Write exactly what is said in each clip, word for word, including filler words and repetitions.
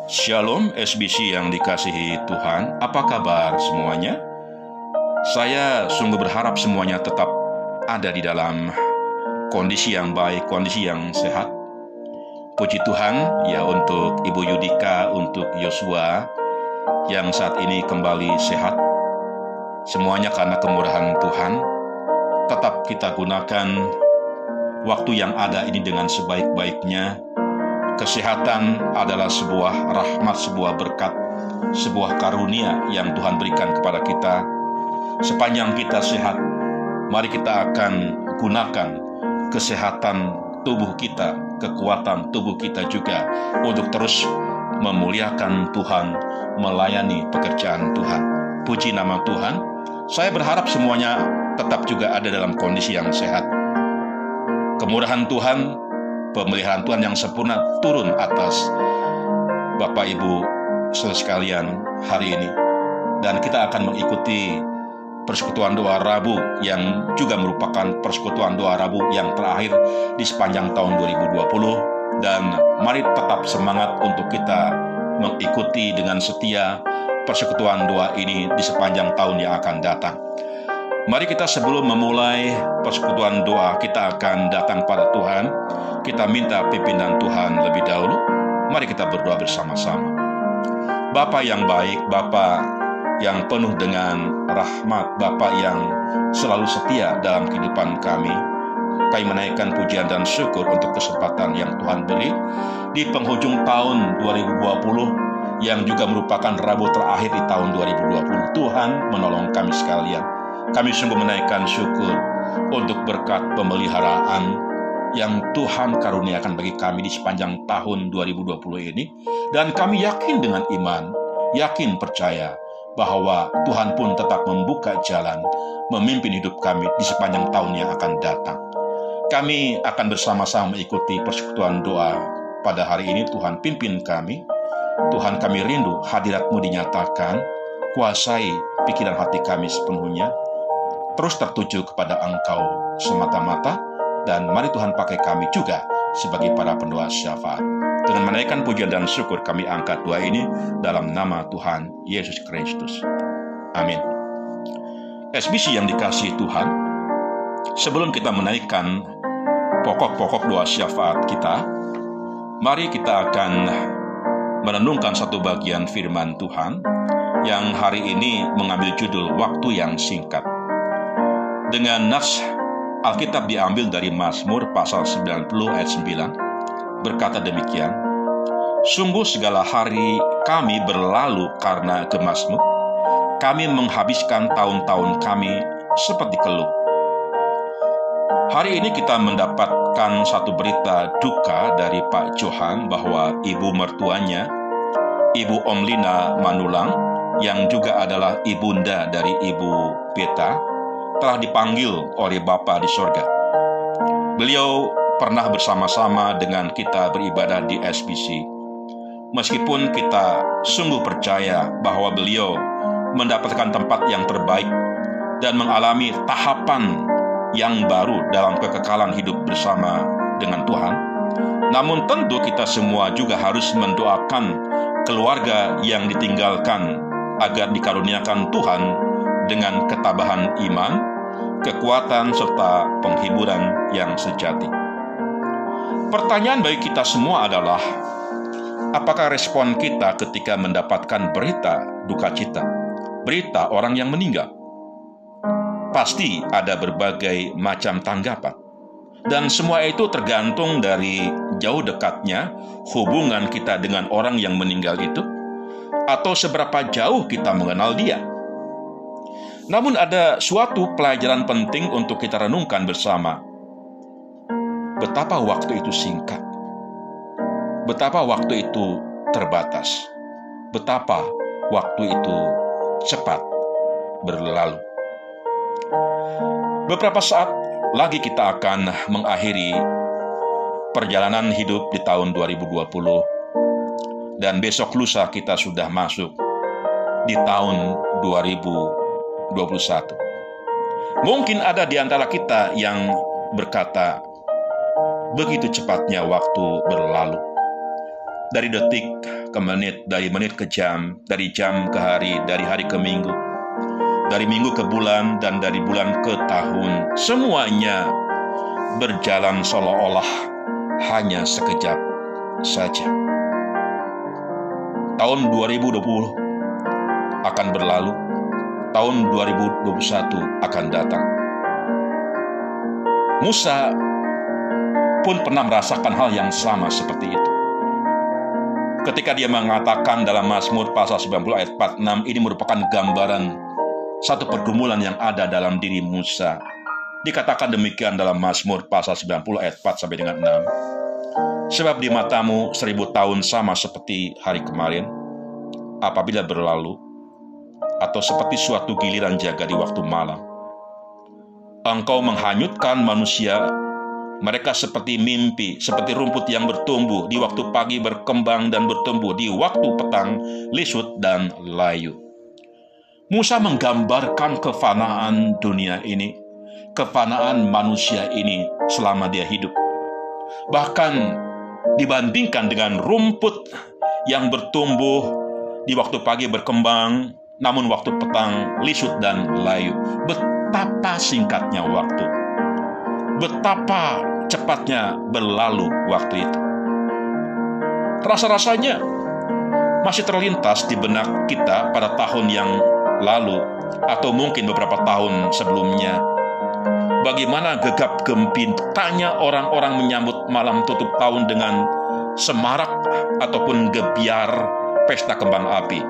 Shalom S B C yang dikasihi Tuhan, apa kabar semuanya? Saya sungguh berharap semuanya tetap ada di dalam kondisi yang baik, kondisi yang sehat. Puji Tuhan ya untuk Ibu Yudika, untuk Yosua yang saat ini kembali sehat. Semuanya karena kemurahan Tuhan. Tetap kita gunakan waktu yang ada ini dengan sebaik-baiknya. Kesehatan adalah sebuah rahmat, sebuah berkat, sebuah karunia yang Tuhan berikan kepada kita. Sepanjang kita sehat, mari kita akan gunakan kesehatan tubuh kita, kekuatan tubuh kita juga untuk terus memuliakan Tuhan, melayani pekerjaan Tuhan. Puji nama Tuhan. Saya berharap semuanya tetap juga ada dalam kondisi yang sehat. Kemurahan Tuhan, pemeliharaan Tuhan yang sempurna turun atas Bapak Ibu saudara sekalian hari ini. Dan kita akan mengikuti persekutuan doa Rabu yang juga merupakan persekutuan doa Rabu yang terakhir di sepanjang tahun dua ribu dua puluh. Dan mari tetap semangat untuk kita mengikuti dengan setia persekutuan doa ini di sepanjang tahun yang akan datang. Mari kita sebelum memulai persekutuan doa, kita akan datang pada Tuhan. Kita minta pimpinan Tuhan lebih dahulu. Mari kita berdoa bersama-sama. Bapa yang baik, Bapa yang penuh dengan rahmat, Bapa yang selalu setia dalam kehidupan kami. Kami menaikkan pujian dan syukur untuk kesempatan yang Tuhan beri di penghujung tahun dua ribu dua puluh yang juga merupakan Rabu terakhir di tahun dua ribu dua puluh. Tuhan menolong kami sekalian. Kami sungguh menaikkan syukur untuk berkat pemeliharaan yang Tuhan karuniakan bagi kami di sepanjang tahun dua ribu dua puluh ini. Dan kami yakin dengan iman, yakin percaya bahwa Tuhan pun tetap membuka jalan, memimpin hidup kami di sepanjang tahun yang akan datang. Kami akan bersama-sama mengikuti persekutuan doa pada hari ini. Tuhan pimpin kami. Tuhan, kami rindu hadirat-Mu dinyatakan, kuasai pikiran hati kami sepenuhnya. Terus tertuju kepada Engkau semata-mata, dan mari Tuhan pakai kami juga sebagai para pendoa syafaat. Dengan menaikkan pujian dan syukur kami angkat doa ini dalam nama Tuhan Yesus Kristus. Amin. S B C yang dikasihi Tuhan, sebelum kita menaikkan pokok-pokok doa syafaat kita, mari kita akan merenungkan satu bagian firman Tuhan yang hari ini mengambil judul waktu yang singkat. Dengan nas Alkitab diambil dari Mazmur pasal sembilan puluh ayat sembilan, berkata demikian, sungguh segala hari kami berlalu karena gemasmu, kami menghabiskan tahun-tahun kami seperti keluh. Hari ini kita mendapatkan satu berita duka dari Pak Johan bahwa ibu mertuanya, Ibu Om Lina Manulang, yang juga adalah ibunda dari Ibu Beta, telah dipanggil oleh Bapa di sorga. Beliau pernah bersama-sama dengan kita beribadah di S B C. Meskipun kita sungguh percaya bahwa beliau mendapatkan tempat yang terbaik dan mengalami tahapan yang baru dalam kekekalan hidup bersama dengan Tuhan, namun tentu kita semua juga harus mendoakan keluarga yang ditinggalkan agar dikaruniakan Tuhan dengan ketabahan iman, kekuatan, serta penghiburan yang sejati. Pertanyaan bagi kita semua adalah, apakah respon kita ketika mendapatkan berita duka cita, berita orang yang meninggal? Pasti ada berbagai macam tanggapan. Dan semua itu tergantung dari jauh dekatnya hubungan kita dengan orang yang meninggal itu, atau seberapa jauh kita mengenal dia. Namun ada suatu pelajaran penting untuk kita renungkan bersama. Betapa waktu itu singkat. Betapa waktu itu terbatas. Betapa waktu itu cepat berlalu. Beberapa saat lagi kita akan mengakhiri perjalanan hidup di tahun dua ribu dua puluh. Dan besok lusa kita sudah masuk di tahun dua ribu dua puluh satu. Mungkin ada di antara kita yang berkata, begitu cepatnya waktu berlalu. dari detik ke menit, dari menit ke jam, dari jam ke hari, dari hari ke minggu, dari minggu ke bulan, dan dari bulan ke tahun. Semuanya berjalan seolah-olah hanya sekejap saja. Tahun dua ribu dua puluh akan berlalu, tahun dua ribu dua puluh satu akan datang. Musa pun pernah merasakan hal yang sama seperti itu. Ketika dia mengatakan dalam Mazmur pasal sembilan puluh ayat empat puluh enam, ini merupakan gambaran satu pergumulan yang ada dalam diri Musa. Dikatakan demikian dalam Mazmur pasal sembilan puluh ayat empat sampai dengan enam. Sebab di matamu seribu tahun sama seperti hari kemarin, apabila berlalu, atau seperti suatu giliran jaga di waktu malam. Engkau menghanyutkan manusia, mereka seperti mimpi, seperti rumput yang bertumbuh, di waktu pagi berkembang dan bertumbuh, di waktu petang lisut dan layu. Musa menggambarkan kefanaan dunia ini, kefanaan manusia ini selama dia hidup. Bahkan dibandingkan dengan rumput yang bertumbuh, di waktu pagi berkembang, namun waktu petang lisut dan layu. Betapa singkatnya waktu, betapa cepatnya berlalu waktu itu. Rasa-rasanya masih terlintas di benak kita pada tahun yang lalu, atau mungkin beberapa tahun sebelumnya. Bagaimana gegap gempitanya orang-orang menyambut malam tutup tahun dengan semarak ataupun gebiar pesta kembang api.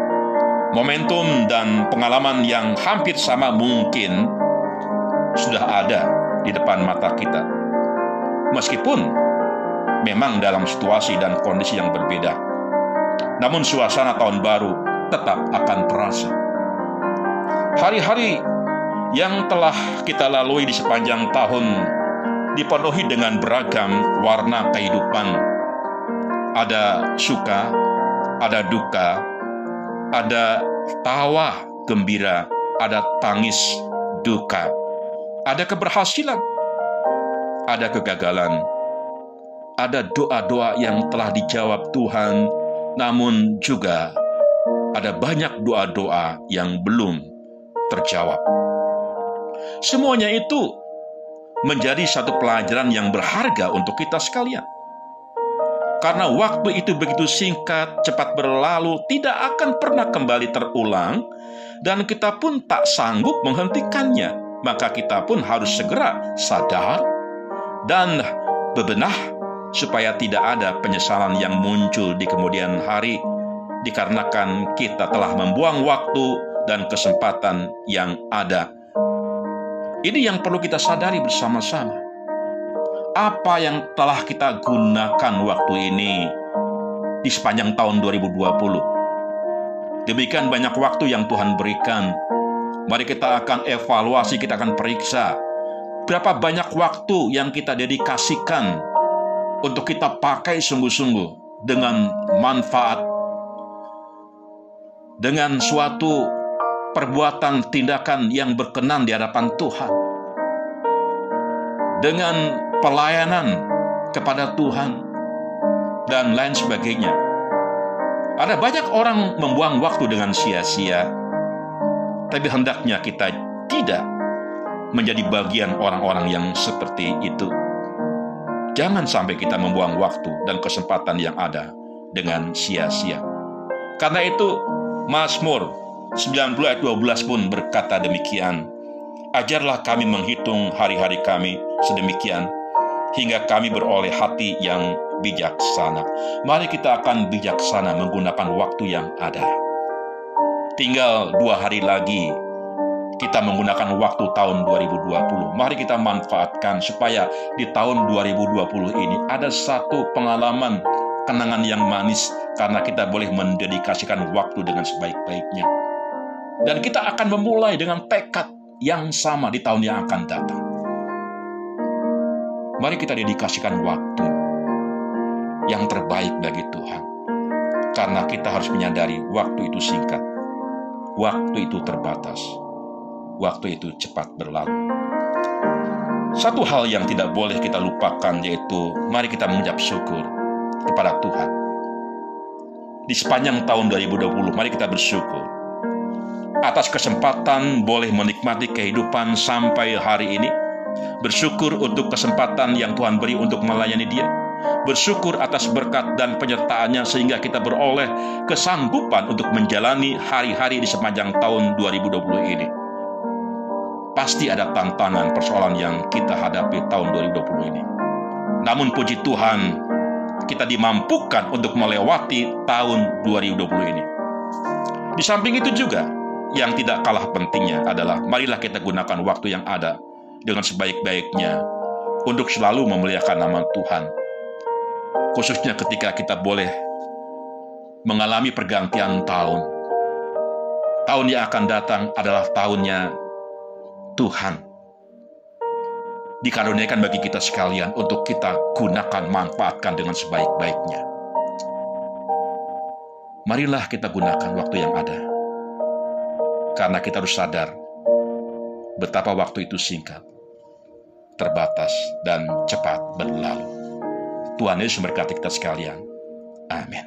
Momentum dan pengalaman yang hampir sama mungkin sudah ada di depan mata kita. Meskipun memang dalam situasi dan kondisi yang berbeda, namun suasana tahun baru tetap akan terasa. Hari-hari yang telah kita lalui di sepanjang tahun dipenuhi dengan beragam warna kehidupan. Ada suka, ada duka, ada tawa gembira, ada tangis duka, ada keberhasilan, ada kegagalan, ada doa-doa yang telah dijawab Tuhan, namun juga ada banyak doa-doa yang belum terjawab. Semuanya itu menjadi satu pelajaran yang berharga untuk kita sekalian. Karena waktu itu begitu singkat, cepat berlalu, tidak akan pernah kembali terulang, dan kita pun tak sanggup menghentikannya. Maka kita pun harus segera sadar dan bebenah supaya tidak ada penyesalan yang muncul di kemudian hari, dikarenakan kita telah membuang waktu dan kesempatan yang ada. Ini yang perlu kita sadari bersama-sama. Apa yang telah kita gunakan waktu ini di sepanjang tahun dua ribu dua puluh. Demikian banyak waktu yang Tuhan berikan. Mari kita akan evaluasi, kita akan periksa berapa banyak waktu yang kita dedikasikan untuk kita pakai sungguh-sungguh dengan manfaat, dengan suatu perbuatan tindakan yang berkenan di hadapan Tuhan, dengan pelayanan kepada Tuhan, dan lain sebagainya. Ada banyak orang membuang waktu dengan sia-sia, tapi hendaknya kita tidak menjadi bagian orang-orang yang seperti itu. Jangan sampai kita membuang waktu dan kesempatan yang ada dengan sia-sia. Karena itu, Mazmur sembilan puluh ayat dua belas pun berkata demikian, ajarlah kami menghitung hari-hari kami sedemikian, hingga kami beroleh hati yang bijaksana. Mari kita akan bijaksana menggunakan waktu yang ada. Tinggal dua hari lagi kita menggunakan waktu tahun dua ribu dua puluh. Mari kita manfaatkan supaya di tahun dua ribu dua puluh ini ada satu pengalaman, kenangan yang manis, karena kita boleh mendedikasikan waktu dengan sebaik-baiknya. Dan kita akan memulai dengan tekad yang sama di tahun yang akan datang. Mari kita dedikasikan waktu yang terbaik bagi Tuhan. Karena kita harus menyadari waktu itu singkat, waktu itu terbatas, waktu itu cepat berlalu. Satu hal yang tidak boleh kita lupakan, yaitu mari kita mengucap syukur kepada Tuhan. di sepanjang tahun dua ribu dua puluh. Mari kita bersyukur atas kesempatan boleh menikmati kehidupan sampai hari ini. Bersyukur untuk kesempatan yang Tuhan beri untuk melayani Dia. Bersyukur atas berkat dan penyertaannya sehingga kita beroleh kesanggupan untuk menjalani hari-hari di sepanjang tahun dua ribu dua puluh ini. Pasti ada tantangan persoalan yang kita hadapi tahun dua ribu dua puluh ini. Namun puji Tuhan, kita dimampukan untuk melewati tahun dua ribu dua puluh ini. Di samping itu juga, yang tidak kalah pentingnya adalah marilah kita gunakan waktu yang ada dengan sebaik-baiknya untuk selalu memuliakan nama Tuhan. Khususnya ketika kita boleh mengalami pergantian tahun. Tahun yang akan datang adalah tahunnya Tuhan. Dikaruniakan bagi kita sekalian untuk kita gunakan, manfaatkan dengan sebaik-baiknya. Marilah kita gunakan waktu yang ada. Karena kita harus sadar betapa waktu itu singkat, terbatas, dan cepat berlalu. Tuhan Yesus memberkati kita sekalian. Amin.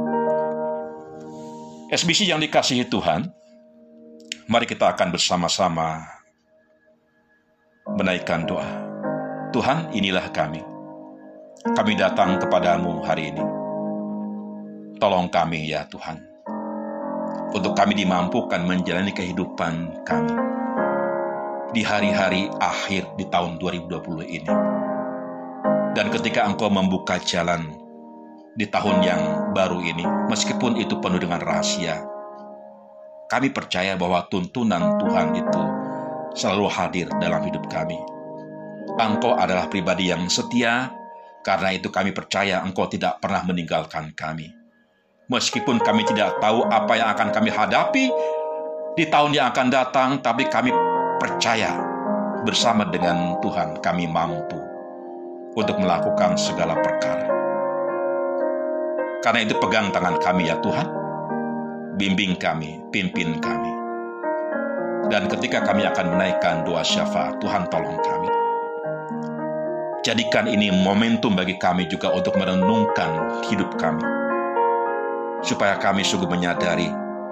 S B C yang dikasihi Tuhan, mari kita akan bersama-sama menaikkan doa. Tuhan, inilah kami. Kami datang kepadamu hari ini. Tolong kami ya Tuhan, untuk kami dimampukan menjalani kehidupan kami di hari-hari akhir di tahun dua ribu dua puluh ini. Dan ketika Engkau membuka jalan di tahun yang baru ini, meskipun itu penuh dengan rahasia, kami percaya bahwa tuntunan Tuhan itu selalu hadir dalam hidup kami. Engkau adalah pribadi yang setia, karena itu kami percaya Engkau tidak pernah meninggalkan kami. Meskipun kami tidak tahu apa yang akan kami hadapi di tahun yang akan datang, tapi kami percaya bersama dengan Tuhan kami mampu untuk melakukan segala perkara. Karena itu pegang tangan kami ya Tuhan, bimbing kami, pimpin kami. Dan ketika kami akan menaikkan doa syafaat, Tuhan tolong kami. Jadikan ini momentum bagi kami juga untuk merenungkan hidup kami, supaya kami sungguh menyadari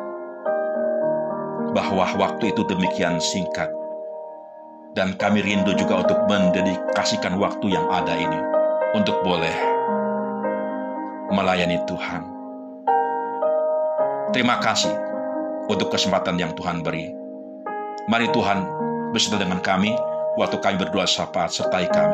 bahwa waktu itu demikian singkat. Dan kami rindu juga untuk mendedikasikan waktu yang ada ini untuk boleh melayani Tuhan. Terima kasih untuk kesempatan yang Tuhan beri. Mari Tuhan beserta dengan kami waktu kami berdoa syafaat, sertai kami.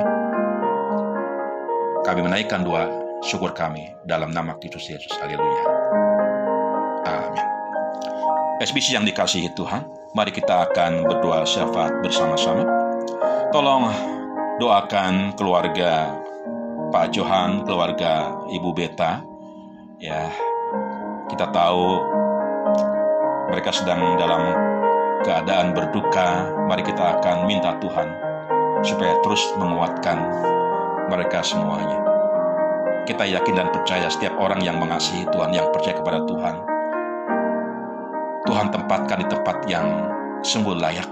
Kami menaikkan doa syukur kami dalam nama Kristus Yesus. Haleluya. Amin. S B C yang dikasihi Tuhan, mari kita akan berdoa syafaat bersama-sama. Tolong doakan keluarga Pak Johan, keluarga Ibu Beta. Ya, kita tahu mereka sedang dalam keadaan berduka. Mari kita akan minta Tuhan supaya terus menguatkan mereka semuanya. Kita yakin dan percaya setiap orang yang mengasihi Tuhan, yang percaya kepada Tuhan, Tuhan tempatkan di tempat yang sungguh layak,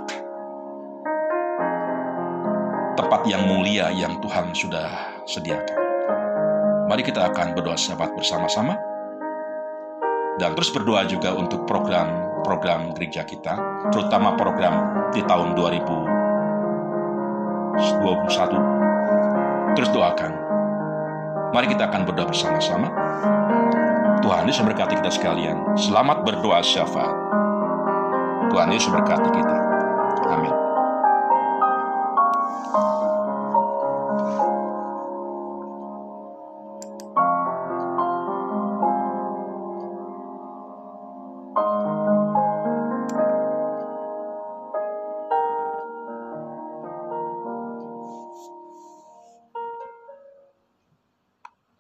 tempat yang mulia yang Tuhan sudah sediakan. Mari kita akan berdoa syafaat bersama-sama dan terus berdoa juga untuk program-program gereja kita, terutama program di tahun dua ribu dua puluh satu. Terus doakan. Mari kita akan berdoa bersama-sama. Tuhan Yesus memberkati kita sekalian. Selamat berdoa syafaat. Tuhan Yesus memberkati kita. Amin.